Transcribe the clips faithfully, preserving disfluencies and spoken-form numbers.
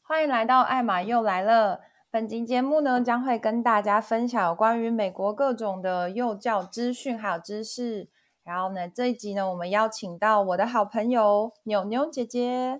欢迎来到艾玛又来了。本集节目呢，将会跟大家分享有关于美国各种的幼教资讯还有知识。然后呢，这一集呢，我们邀请到我的好朋友扭扭姐姐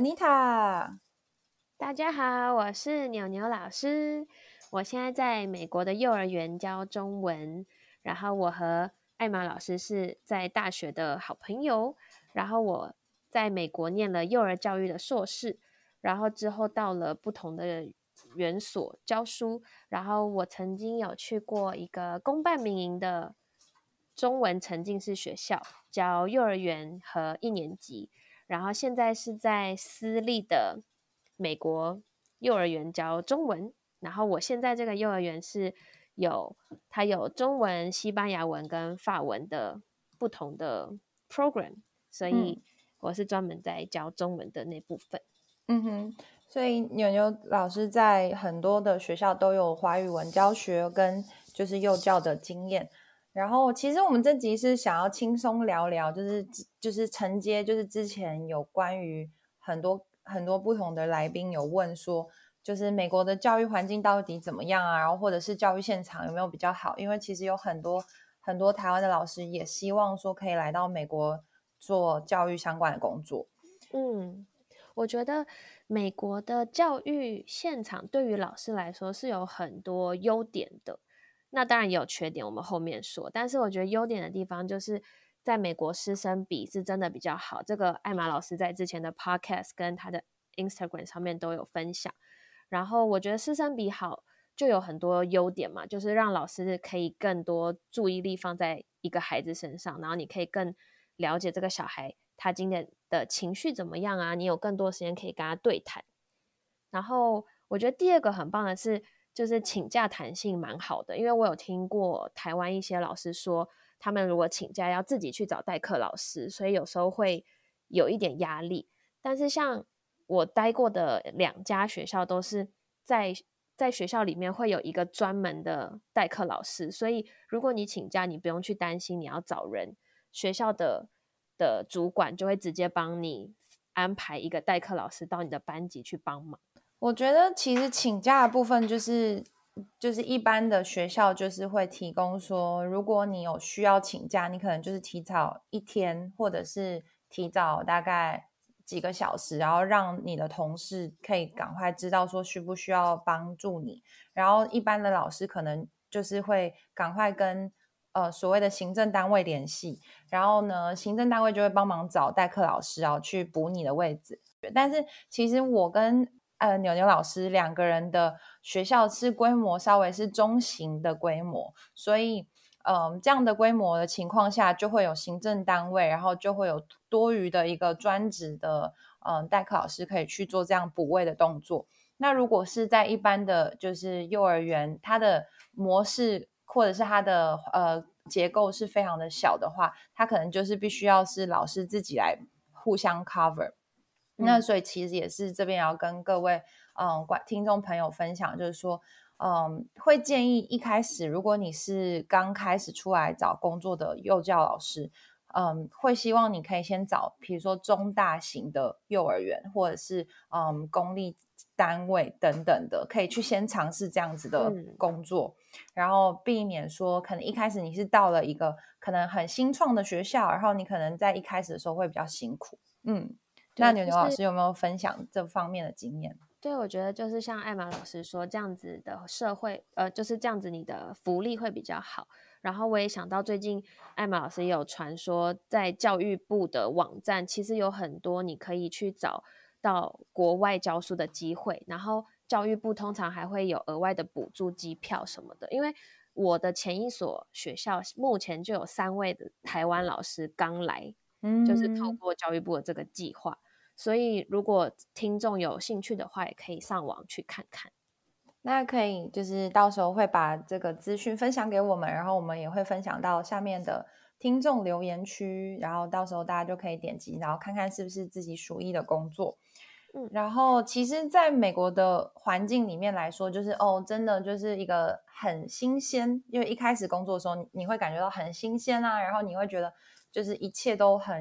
Anita。 大家好，我是扭扭老师。我现在在美国的幼儿园教中文，然后我和艾玛老师是在大学的好朋友。然后我在美国念了幼儿教育的硕士，然后之后到了不同的园所教书。然后我曾经有去过一个公办民营的中文沉浸式学校，教幼儿园和一年级。然后现在是在私立的美国幼儿园教中文，然后我现在这个幼儿园是有它有中文、西班牙文跟法文的不同的 program， 所以我是专门在教中文的那部分。 嗯哼，所以扭扭老师在很多的学校都有华语文教学跟就是幼教的经验。然后其实我们这集是想要轻松聊聊，就是就是承接就是之前有关于很多很多不同的来宾有问说，就是美国的教育环境到底怎么样啊，然后或者是教育现场有没有比较好，因为其实有很多很多台湾的老师也希望说可以来到美国做教育相关的工作。 嗯，我觉得美国的教育现场对于老师来说是有很多优点的，那当然也有缺点，我们后面说。但是我觉得优点的地方就是在美国师生比是真的比较好，这个艾玛老师在之前的 podcast 跟他的 Instagram 上面都有分享。然后我觉得师生比好就有很多优点嘛，就是让老师可以更多注意力放在一个孩子身上，然后你可以更了解这个小孩他今天的情绪怎么样啊，你有更多时间可以跟他对谈。然后我觉得第二个很棒的是就是请假弹性蛮好的，因为我有听过台湾一些老师说他们如果请假要自己去找代课老师，所以有时候会有一点压力。但是像我待过的两家学校都是在在学校里面会有一个专门的代课老师，所以如果你请假你不用去担心你要找人，学校的的主管就会直接帮你安排一个代课老师到你的班级去帮忙。 我觉得其实请假的部分就是就是一般的学校就是会提供说，如果你有需要请假，你可能就是提早一天或者是提早大概几个小时，然后让你的同事可以赶快知道说需不需要帮助你。然后一般的老师可能就是会赶快跟呃所谓的行政单位联系，然后呢行政单位就会帮忙找代课老师啊去补你的位置。但是其实我跟呃扭扭老师两个人的学校是规模稍微是中型的规模，所以嗯，这样的规模的情况下就会有行政单位，然后就会有多余的一个专职的嗯代课老师可以去做这样补位的动作。那如果是在一般的就是幼儿园，它的模式或者是它的呃结构是非常的小的话，它可能就是必须要是老师自己来互相 cover。那所以其实也是这边要跟各位嗯听众朋友分享，就是说嗯会建议一开始如果你是刚开始出来找工作的幼教老师，嗯会希望你可以先找比如说中大型的幼儿园或者是嗯公立单位等等的，可以去先尝试这样子的工作，嗯，然后避免说可能一开始你是到了一个可能很新创的学校，然后你可能在一开始的时候会比较辛苦。嗯，那牛牛老师有没有分享这方面的经验？ 对，我觉得就是像艾玛老师说，这样子的社会，呃，就是这样子，你的福利会比较好。然后我也想到最近艾玛老师也有传说，在教育部的网站，其实有很多你可以去找到国外教书的机会。然后教育部通常还会有额外的补助机票什么的，因为我的前一所学校目前就有三位的台湾老师刚来，嗯，就是透过教育部的这个计划。所以如果听众有兴趣的话，也可以上网去看看。 那可以就是到时候会把这个资讯分享给我们，然后我们也会分享到下面的听众留言区，然后到时候大家就可以点击，然后看看是不是自己属意的工作。嗯，然后其实在美国的环境里面来说，就是哦真的就是一个很新鲜，因为一开始工作的时候 你, 你会感觉到很新鲜啊，然后你会觉得就是一切都很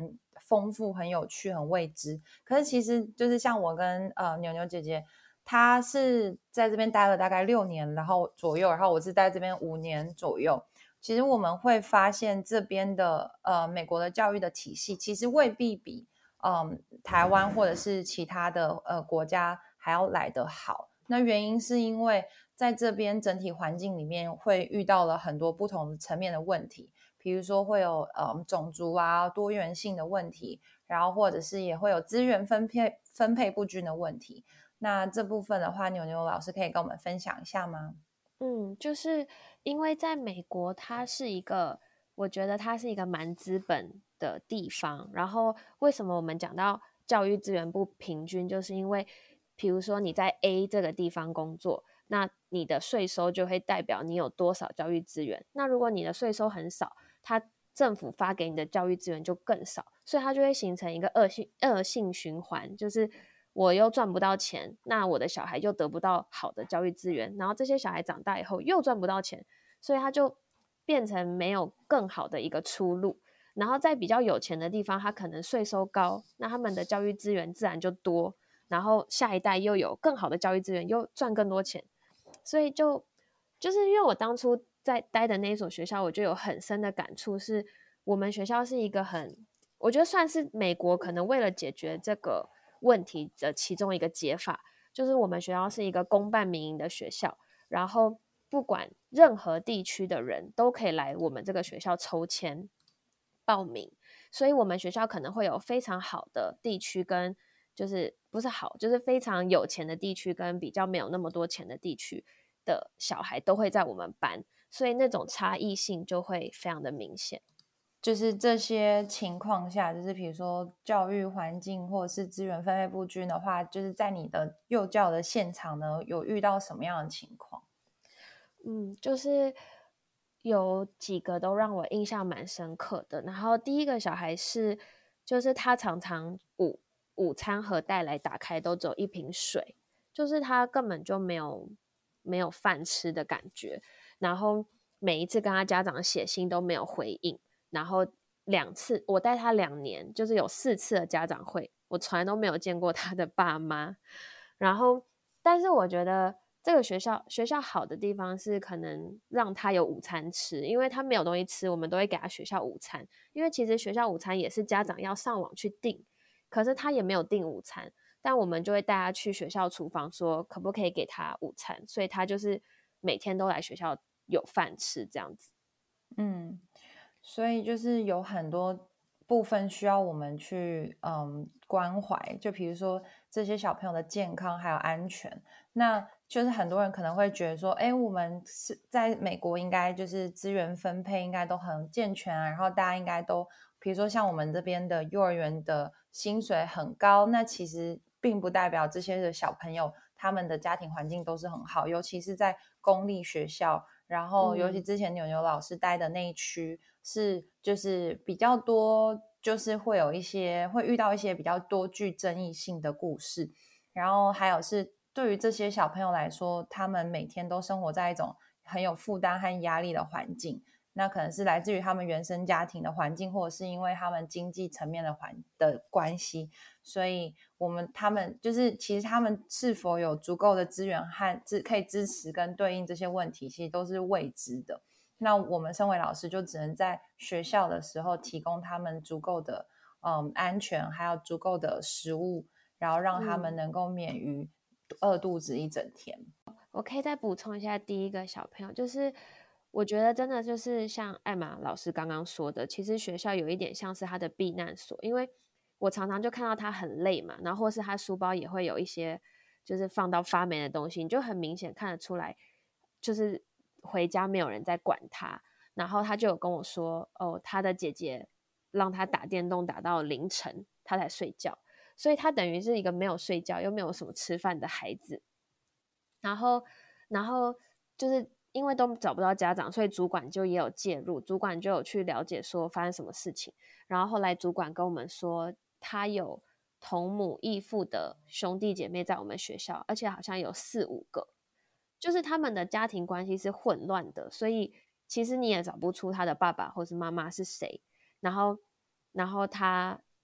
丰富、很有趣、很未知。可是其实就是像我跟呃牛牛姐姐，她是在这边待了大概六年，然后左右，然后我是在这边五年左右。其实我们会发现这边的呃美国的教育的体系，其实未必比嗯台湾或者是其他的呃国家还要来得好。那原因是因为在这边整体环境里面会遇到了很多不同层面的问题，比如说会有呃种族啊多元性的问题，然后或者是也会有资源分配分配不均的问题。那这部分的话，牛牛老师可以跟我们分享一下吗？ 嗯，就是因为在美国，它是一个，我觉得它是一个蛮资本的地方。然后，为什么我们讲到教育资源不平均，就是因为，比如说你在 A 这个地方工作，那你的税收就会代表你有多少教育资源。那如果你的税收很少，它政府发给你的教育资源就更少，所以它就会形成一个恶性恶性循环，就是我又赚不到钱，那我的小孩又得不到好的教育资源，然后这些小孩长大以后又赚不到钱，所以他就变成没有更好的一个出路。然后在比较有钱的地方，他可能税收高，那他们的教育资源自然就多，然后下一代又有更好的教育资源，又赚更多钱。所以就就是因为我当初在待的那一所学校，我就有很深的感触，是我们学校是一个很，我觉得算是美国可能为了解决这个问题的其中一个解法，就是我们学校是一个公办民营的学校，然后不管任何地区的人都可以来我们这个学校抽签报名，所以我们学校可能会有非常好的地区跟就是不是好，就是非常有钱的地区跟比较没有那么多钱的地区的小孩都会在我们班，所以那种差异性就会非常的明显。 就是这些情况下，就是比如说教育环境或者是资源分配不均的话，就是在你的幼教的现场呢，有遇到什么样的情况？ 嗯，就是有几个都让我印象蛮深刻的。然后第一个小孩是，就是他常常午午餐盒带来打开都只有一瓶水，就是他根本就没有没有饭吃的感觉。然后每一次跟他家长写信都没有回应，然后两次我带他两年，就是有四次的家长会，我从来都没有见过他的爸妈。然后，但是我觉得这个学校学校好的地方是可能让他有午餐吃，因为他没有东西吃，我们都会给他学校午餐。因为其实学校午餐也是家长要上网去订，可是他也没有订午餐，但我们就会带他去学校厨房说可不可以给他午餐，所以他就是每天都来学校有饭吃这样子。 嗯，所以就是有很多部分需要我们去嗯关怀，就比如说这些小朋友的健康还有安全。那就是很多人可能会觉得说，哎，我们是在美国应该就是资源分配应该都很健全啊，然后大家应该都，比如说像我们这边的幼儿园的薪水很高，那其实并不代表这些的小朋友他们的家庭环境都是很好，尤其是在公立学校。然后尤其嗯之前牛牛老师待的那一区是就是比较多，就是会有一些会遇到一些比较多具争议性的故事，然后还有是对于这些小朋友来说，他们每天都生活在一种很有负担和压力的环境，那可能是来自于他们原生家庭的环境，或者是因为他们经济层面的环的关系，所以我们他们就是其实他们是否有足够的资源和支可以支持跟对应这些问题，其实都是未知的。那我们身为老师，就只能在学校的时候提供他们足够的嗯安全，还有足够的食物，然后让他们嗯， 能够免于饿肚子一整天。 我可以再补充一下第一个小朋友，就是我觉得真的就是像艾玛老师刚刚说的，其实学校有一点像是他的避难所，因为我常常就看到他很累嘛，然后或是他书包也会有一些就是放到发霉的东西，你就很明显看得出来，就是回家没有人在管他。然后他就有跟我说，哦，他的姐姐让他打电动打到凌晨，他才睡觉，所以他等于是一个没有睡觉又没有什么吃饭的孩子。然后，然后就是因为都找不到家长，所以主管就也有介入，主管就有去了解说发生什么事情。然后后来主管跟我们说，他有同母异父的兄弟姐妹在我们学校，而且好像有四五个，就是他们的家庭关系是混乱的，所以其实你也找不出他的爸爸或是妈妈是谁。然后，然后他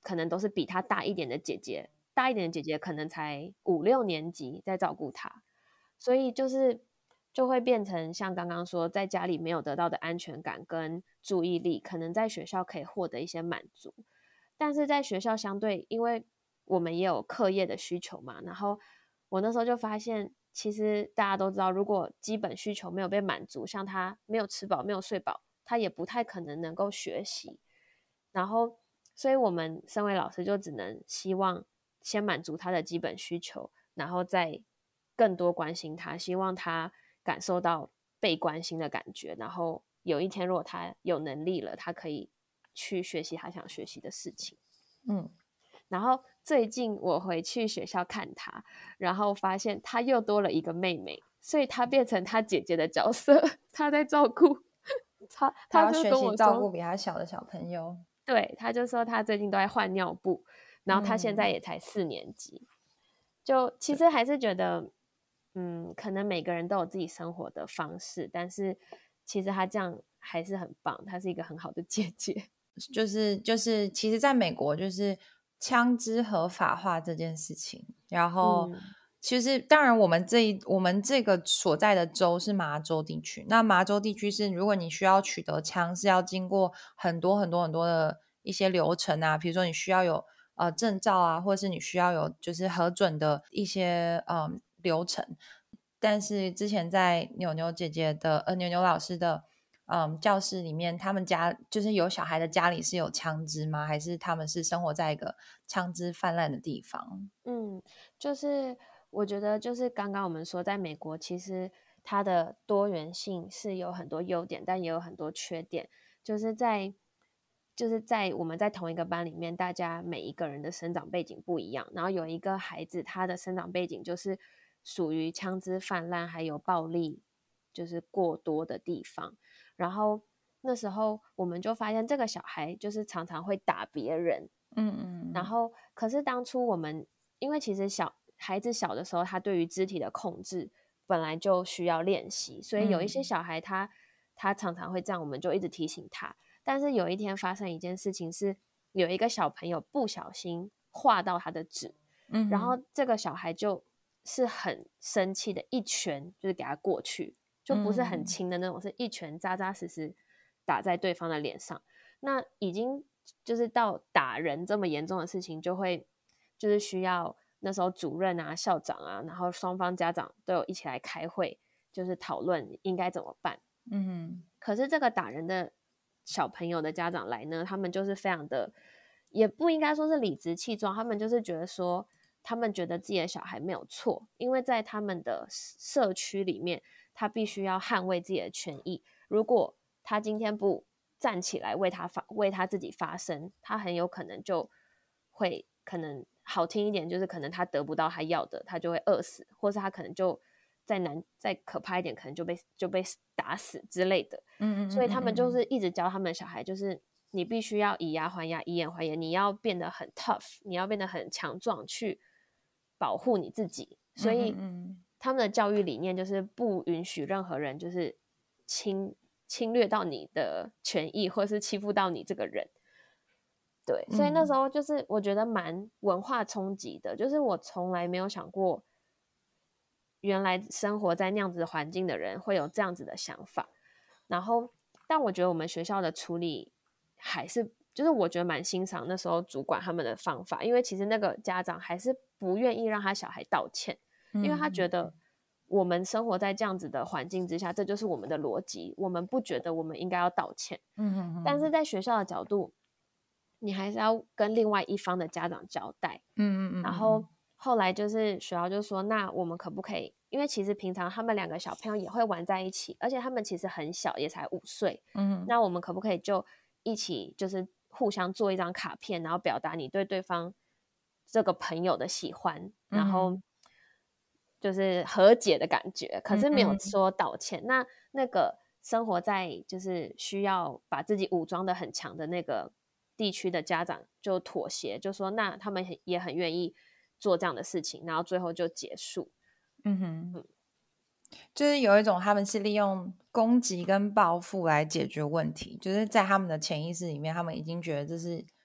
可能都是比他大一点的姐姐，大一点的姐姐可能才五六年级在照顾他，所以就是就会变成像刚刚说，在家里没有得到的安全感跟注意力，可能在学校可以获得一些满足，但是在学校相对，因为我们也有课业的需求嘛，然后我那时候就发现，其实大家都知道，如果基本需求没有被满足，像他没有吃饱没有睡饱，他也不太可能能够学习，然后所以我们身为老师就只能希望先满足他的基本需求，然后再更多关心他，希望他感受到被关心的感觉，然后有一天如果他有能力了，他可以去学习他想学习的事情。 嗯， 然后最近我回去学校看他，然后发现他又多了一个妹妹，所以他变成他姐姐的角色，他在照顾他，他就他要学跟我说， 习照顾比他小的小朋友。 对，他就说他最近都在换尿布，然后他现在嗯， 也才四年级，就其实还是觉得，嗯，可能每个人都有自己生活的方式，但是其实他这样还是很棒，他是一个很好的姐姐。 就是就是，其实在美国就是枪支合法化这件事情，然后嗯其实当然我们这一我们这个所在的州是麻州地区，那麻州地区是如果你需要取得枪是要经过很多很多很多的一些流程啊，比如说你需要有呃证照啊，或者是你需要有就是核准的一些嗯流程。但是之前在牛牛姐姐的呃牛牛老师的嗯教室里面，他们家就是有小孩的家里是有枪支吗？还是他们是生活在一个枪支泛滥的地方？ 嗯，就是我觉得就是刚刚我们说，在美国其实它的多元性是有很多优点，但也有很多缺点。就是在就是在我们在同一个班里面，大家每一个人的生长背景不一样。然后有一个孩子，他的生长背景就是属于枪支泛滥还有暴力就是过多的地方。然后那时候我们就发现，这个小孩就是常常会打别人。 嗯嗯嗯然后，可是当初我们因为其实小孩子小的时候，他对于肢体的控制本来就需要练习，所以有一些嗯小孩他他常常会这样，我们就一直提醒他。但是有一天发生一件事情是，有一个小朋友不小心划到他的指，然后嗯哼这个小孩就是很生气的一拳就是给他过去，就不是很嗯轻的那种，是一拳扎扎实实打在对方的脸上。那已经就是到打人这么严重的事情，就会就是需要那时候主任啊、校长啊，然后双方家长都有一起来开会，就是讨论应该怎么办。 嗯哼可是这个打人的小朋友的家长来呢，他们就是非常的，也不应该说是理直气壮，他们就是觉得说，他们觉得自己的小孩没有错，因为在他们的社区里面，他必须要捍卫自己的权益。如果他今天不站起来为他发为他自己发声，他很有可能就会可能好听一点，就是可能他得不到他要的，他就会饿死，或是他可能就再难再可怕一点，可能就被就被打死之类的。 嗯嗯所以他们就嗯是一直教他们的小孩，就是你必须要以牙还牙，以眼还眼，你要变得很 tough，你要变得很强壮，去保护你自己。所嗯以嗯他们的教育理念就是不允许任何人就是侵侵略到你的权益，或是欺负到你这个人。对，所以那时嗯候就是我觉得蛮文化冲击的，就是我从来没有想过，原来生活在那样子的环境的人会有这样子的想法。然后，但我觉得我们学校的处理还是，就是我觉得蛮欣赏那时候主管他们的方法，因为其实那个家长还是不愿意让他小孩道歉，因为他觉嗯得我们生活在这样子的环境之下，这就是我们的逻辑，我们不觉得我们应该要道歉。 嗯嗯但是在学校的角度，你还是要跟另外一方的家长交代。 嗯嗯然后后来就是学校就说，那我们可不可以？因为其实平常他们两个小朋友也会玩在一起，而且他们其实很小，也才五岁。 嗯那我们可不可以就一起就是互相做一张卡片，然后表达你对对方这个朋友的喜欢，然后嗯就是和解的感觉，可是没有嗯说道歉。那那个生活在就是需要把自己武装的很强的那个地区的家长就妥协，就说那他们也很愿意做这样的事情，然后最后就结束。 嗯哼，就是有一种他们是利用攻击跟报复来解决问题，就是在他们的潜意识里面，他们已经觉得这是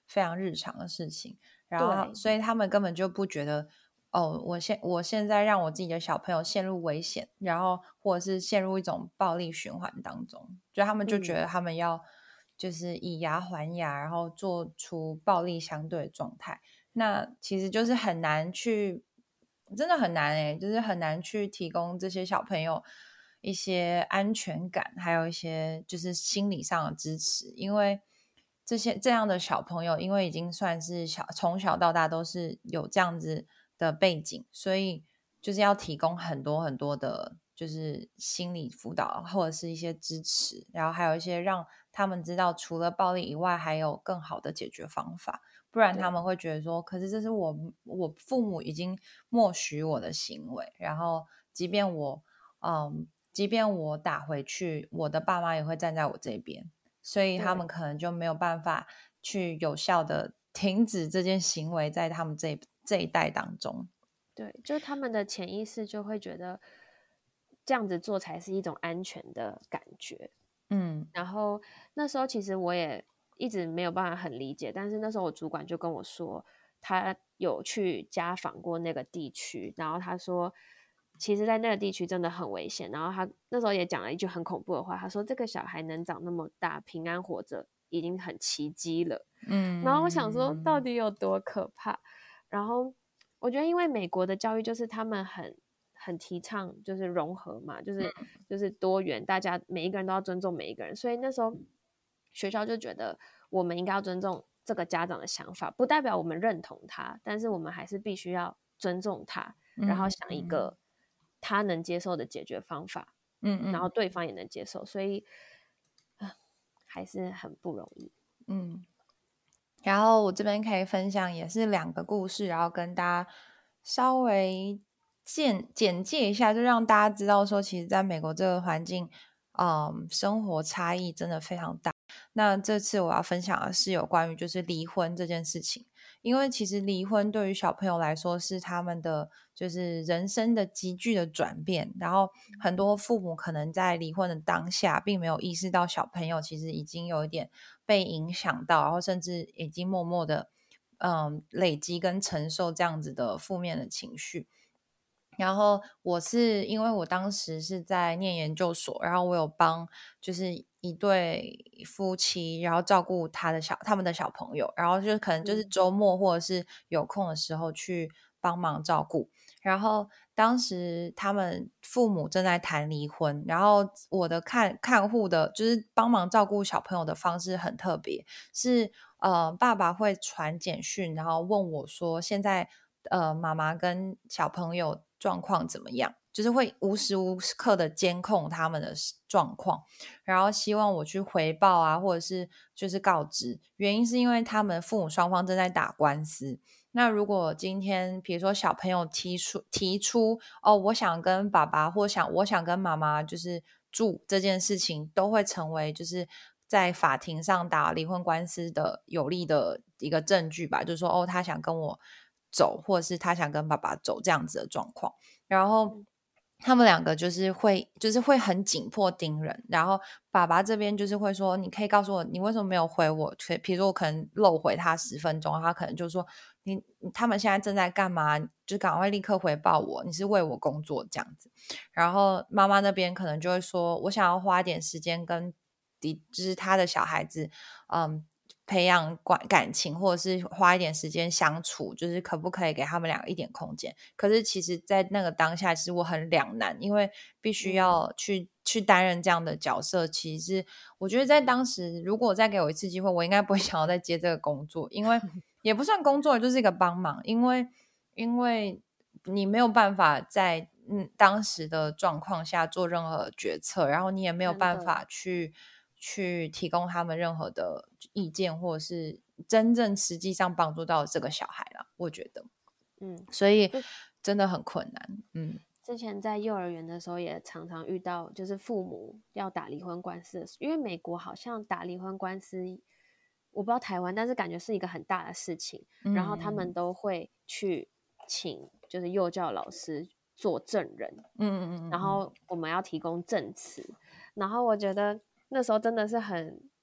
非常日常的事情，然后对所以他们根本就不觉得哦，我现我现在让我自己的小朋友陷入危险，然后或者是陷入一种暴力循环当中，就他们就觉得嗯他们要就是以牙还牙，然后做出暴力相对的状态。那其实就是很难去，真的很难诶、欸，就是很难去提供这些小朋友一些安全感，还有一些就是心理上的支持，因为这些这样的小朋友，因为已经算是小从小到大都是有这样子的背景，所以就是要提供很多很多的，就是心理辅导或者是一些支持，然后还有一些让他们知道除了暴力以外，还有更好的解决方法。不然他们会觉得说，可是这是我我父母已经默许我的行为，然后即便我嗯，即便我打回去，我的爸妈也会站在我这边，所以他们可能就没有办法去有效的停止这件行为在他们这这一代当中。 对，就他们的潜意识就会觉得这样子做才是一种安全的感觉。 嗯然后那时候其实我也一直没有办法很理解，但是那时候我主管就跟我说，他有去家访过那个地区，然后他说，其实在那个地区真的很危险。然后他那时候也讲了一句很恐怖的话，他说这个小孩能长那么大，平安活着已经很奇迹了。然后我想说，到嗯底有多可怕？然后我觉得，因为美国的教育就是他们很很提倡就是融合嘛，就是就是多元，大家每一个人都要尊重每一个人，所以那时候学校就觉得我们应该要尊重这个家长的想法，不代表我们认同他，但是我们还是必须要尊重他，然后嗯想一个他能接受的解决方法， 嗯嗯然后对方也能接受，所以啊，还是很不容易。 嗯。然后我这边可以分享也是两个故事，然后跟大家稍微简简介一下，就让大家知道说，其实在美国这个环境，嗯，生活差异真的非常大。那这次我要分享的是有关于就是离婚这件事情，因为其实离婚对于小朋友来说是他们的就是人生的急剧的转变，然后很多父母可能在离婚的当下并没有意识到小朋友其实已经有一点被影响到，然后甚至已经默默的嗯累积跟承受这样子的负面的情绪。然后我是因为我当时是在念研究所，然后我有帮就是一对夫妻，然后照顾他的小他们的小朋友，然后就可能就是嗯周末或者是有空的时候去帮忙照顾。然后当时他们父母正在谈离婚，然后我的看看护的，就是帮忙照顾小朋友的方式很特别，是呃爸爸会传简讯，然后问我说现在呃妈妈跟小朋友状况怎么样，就是会无时无刻的监控他们的状况，然后希望我去回报啊，或者是就是告知。原因是因为他们父母双方正在打官司。那如果今天比如说小朋友提出提出哦，我想跟爸爸或想我想跟妈妈就是住这件事情，都会成为就是在法庭上打离婚官司的有力的一个证据吧，就是说哦，他想跟我走，或者是他想跟爸爸走这样子的状况。然后嗯他们两个就是会就是会很紧迫盯人，然后爸爸这边就是会说，你可以告诉我你为什么没有回我，比如说我可能漏回他十分钟，他可能就说你他们现在正在干嘛，就赶快立刻回报我，你是为我工作这样子。然后妈妈那边可能就会说，我想要花点时间跟就是他的小孩子嗯培养感感情，或者是花一点时间相处，就是可不可以给他们两个一点空间。可是其实在那个当下其实我很两难，因为必须要去、嗯、去担任这样的角色。其实我觉得在当时如果再给我一次机会，我应该不会想要再接这个工作，因为也不算工作，就是一个帮忙。因为因为你没有办法在嗯当时的状况下做任何决策，然后你也没有办法去去提供他们任何的意见，或者是真正实际上帮助到这个小孩了，我觉得。 嗯， 所以真的很困难。嗯， 之前在幼儿园的时候也常常遇到，就是父母要打离婚官司的，因为美国好像打离婚官司，我不知道台湾，但是感觉是一个很大的事情， 嗯然后他们都会去请就是幼教老师做证人， 嗯嗯嗯， 然后我们要提供证词，然后我觉得那时候真的是很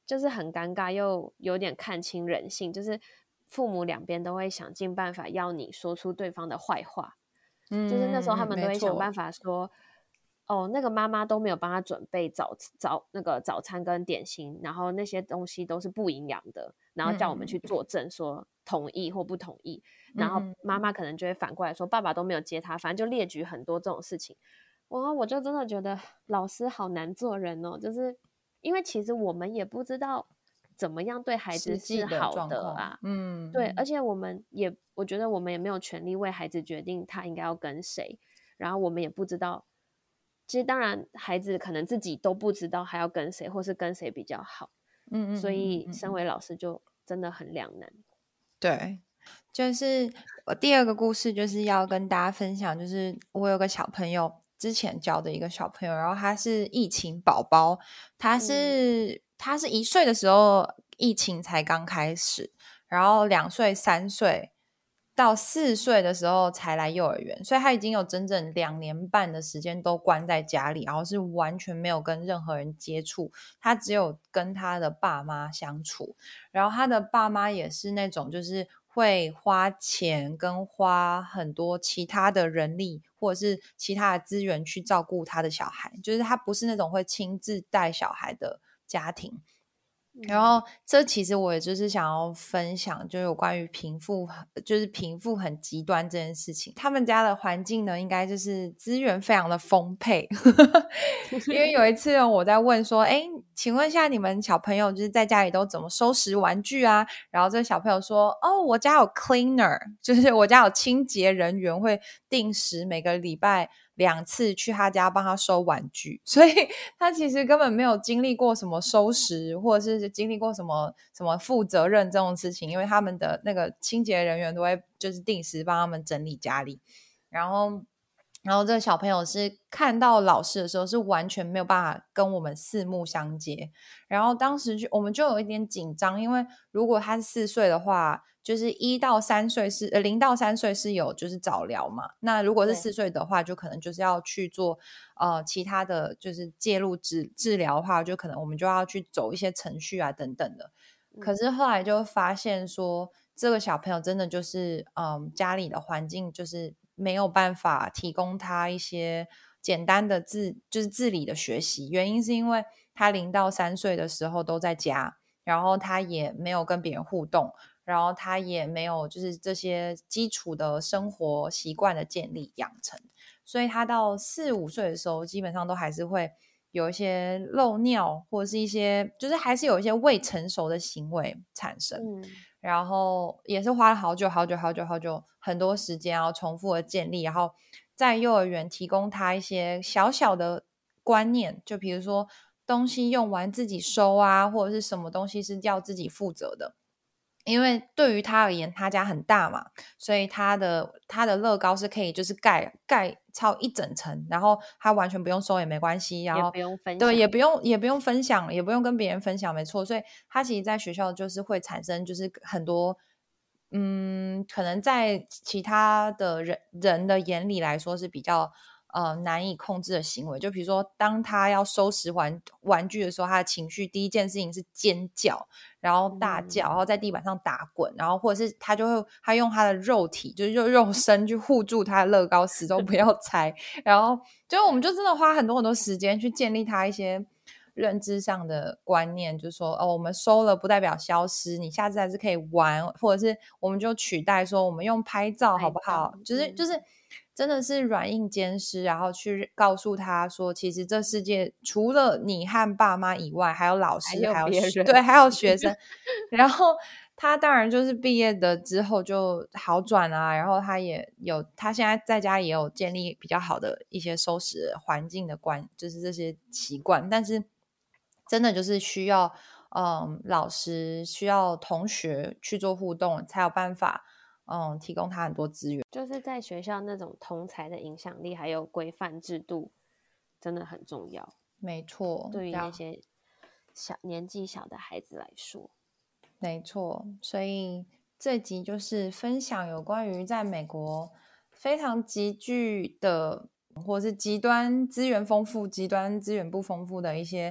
就是很尴尬，又有点看清人性，就是父母两边都会想尽办法要你说出对方的坏话， 嗯， 就是那时候他嗯们都会想办法， 法说，哦，那个妈妈都没有帮他准备早早那个早餐跟点心，然后那些东西都是不营养的，然后叫我们去嗯作证说同意或不同意，然后嗯嗯妈妈可能就会反过来说爸爸都没有接他，反正就列举很多这种事情。哇，我就真的觉得老师好难做人哦，就是因为其实我们也不知道怎么样对孩子实际的是好状况， 的啊。对，而嗯且我们也，我觉得我们也没有权利为孩子决定他应该要跟谁，然后我们也不知道，其实当然孩子可能自己都不知道还要跟谁，或是跟谁比较好，所嗯嗯嗯嗯以身为嗯嗯， 老师就真的很两难。 对。就是我第二个故事就是要跟大家分享，就是我有个小朋友之前教的一个小朋友，然后他是疫情宝宝，他是、嗯、他是一岁的时候疫情才刚开始，然后两岁三岁到四岁的时候才来幼儿园，所以他已经有整整两年半的时间都关在家里，然后是完全没有跟任何人接触，他只有跟他的爸妈相处，然后他的爸妈也是那种就是会花钱跟花很多其他的人力或者是其他的资源去照顾他的小孩，就是他不是那种会亲自带小孩的家庭。然后这其实我也就是想要分享，就有关于贫富，就是贫富很极端这件事情。他们家的环境呢，应该就是资源非常的丰沛。因为有一次我在问说，哎，请问一下你们小朋友就是在家里都怎么收拾玩具啊？然后这个小朋友说，哦，我家有 cleaner， 就是我家有清洁人员，会定时每个礼拜两次去他家帮他收玩具，所以他其实根本没有经历过什么收拾，或者是经历过什么什么负责任这种事情，因为他们的那个清洁人员都会就是定时帮他们整理家里，然后然后这个小朋友是看到老师的时候是完全没有办法跟我们四目相接，然后当时就我们就有一点紧张，因为如果他是四岁的话，就是一到三岁是呃零到三岁是有就是早疗嘛，那如果是四岁的话，就可能就是要去做呃其他的就是介入治治疗的话，就可能我们就要去走一些程序啊等等的。可是后来就发现说，这个小朋友真的就是嗯家里的环境就是没有办法提供他一些简单的自就是自理的学习，原因是因为他零到三岁的时候都在家，然后他也没有跟别人互动，然后他也没有就是这些基础的生活习惯的建立养成，所以他到四五岁的时候基本上都还是会有一些漏尿或者是一些就是还是有一些未成熟的行为产生， 嗯， 然后也是花了好久好久好久好久很多时间要重复的建立，然后在幼儿园提供他一些小小的观念，就比如说东西用完自己收啊，或者是什么东西是要自己负责的，因为对于他而言他家很大嘛，所以他的他的乐高是可以就是盖盖超一整层，然后他完全不用收也没关系，然后也不用分对享， 也不用也不用分享，也不用跟别人分享，没错，所以他其实在学校就是会产生就是很多嗯，可能在其他的人人的眼里来说是比较呃难以控制的行为，就比如说当他要收拾玩玩具的时候，他的情绪第一件事情是尖叫，然后大嗯， 叫，然后在地板上打滚，然后或者是他就会他用他的肉体就是肉肉身去护住他的乐高，死都不要拆，然后就我们就真的花很多很多时间去建立他一些认知上的观念，就是说哦，我们收了不代表消失，你下次还是可以玩，或者是我们就取代说我们用拍照好不好？ 拍照就是嗯就是真的是软硬兼施，然后去告诉他说，其实这世界除了你和爸妈以外，还有老师， 还有还有别人， 对，还有学生。然后他当然就是毕业的之后就好转啊，然后他也有他现在在家也有建立比较好的一些收拾环境的观，就是这些习惯，但是真的就是需要嗯老师需要同学去做互动，才有办法嗯提供他很多资源。 就是在学校那种同才的影响力还有规范制度真的很重要， 没错， 对于然后那些小年纪小的孩子来说。 没错，所以这集就是分享有关于在美国非常急剧的，或是极端资源丰富、极端资源不丰富的一些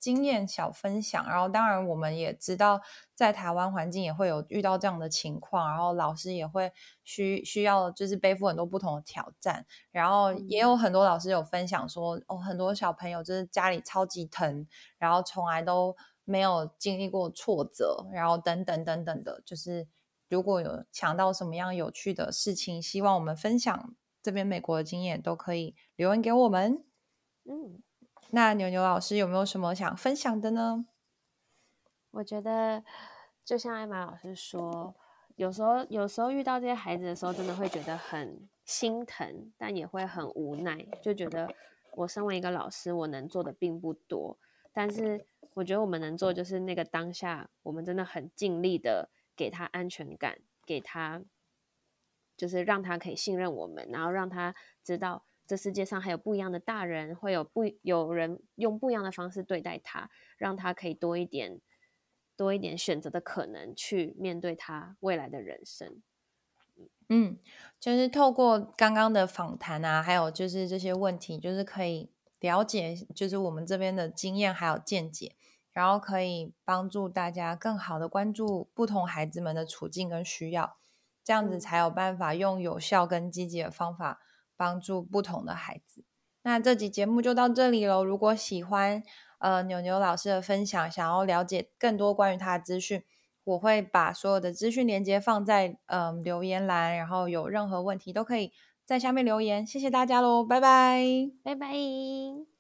经验小分享。然后当然我们也知道在台湾环境也会有遇到这样的情况，然后老师也会需需要就是背负很多不同的挑战，然后也有很多老师有分享说哦，很多小朋友就是家里超级疼，然后从来都没有经历过挫折，然后等等等等的，就是如果有想到什么样有趣的事情，希望我们分享这边美国的经验，都可以留言给我们。 嗯， 那牛牛老师有没有什么想分享的呢？ 我觉得就像艾玛老师说，有时候有时候遇到这些孩子的时候，真的会觉得很心疼，但也会很无奈，就觉得我身为一个老师，我能做的并不多，但是我觉得我们能做就是那个当下，我们真的很尽力的给他安全感，给他就是让他可以信任我们，然后让他知道这世界上还有不一样的大人，会有不有人用不一样的方式对待他，让他可以多一点多一点选择的可能去面对他未来的人生。 嗯，就是透过刚刚的访谈啊，还有就是这些问题，就是可以了解就是我们这边的经验还有见解，然后可以帮助大家更好的关注不同孩子们的处境跟需要，这样子才有办法用有效跟积极的方法帮助不同的孩子。那这集节目就到这里咯，如果喜欢呃牛牛老师的分享，想要了解更多关于他的资讯，我会把所有的资讯连结放在呃留言栏，然后有任何问题都可以在下面留言。谢谢大家咯，拜拜。 拜拜。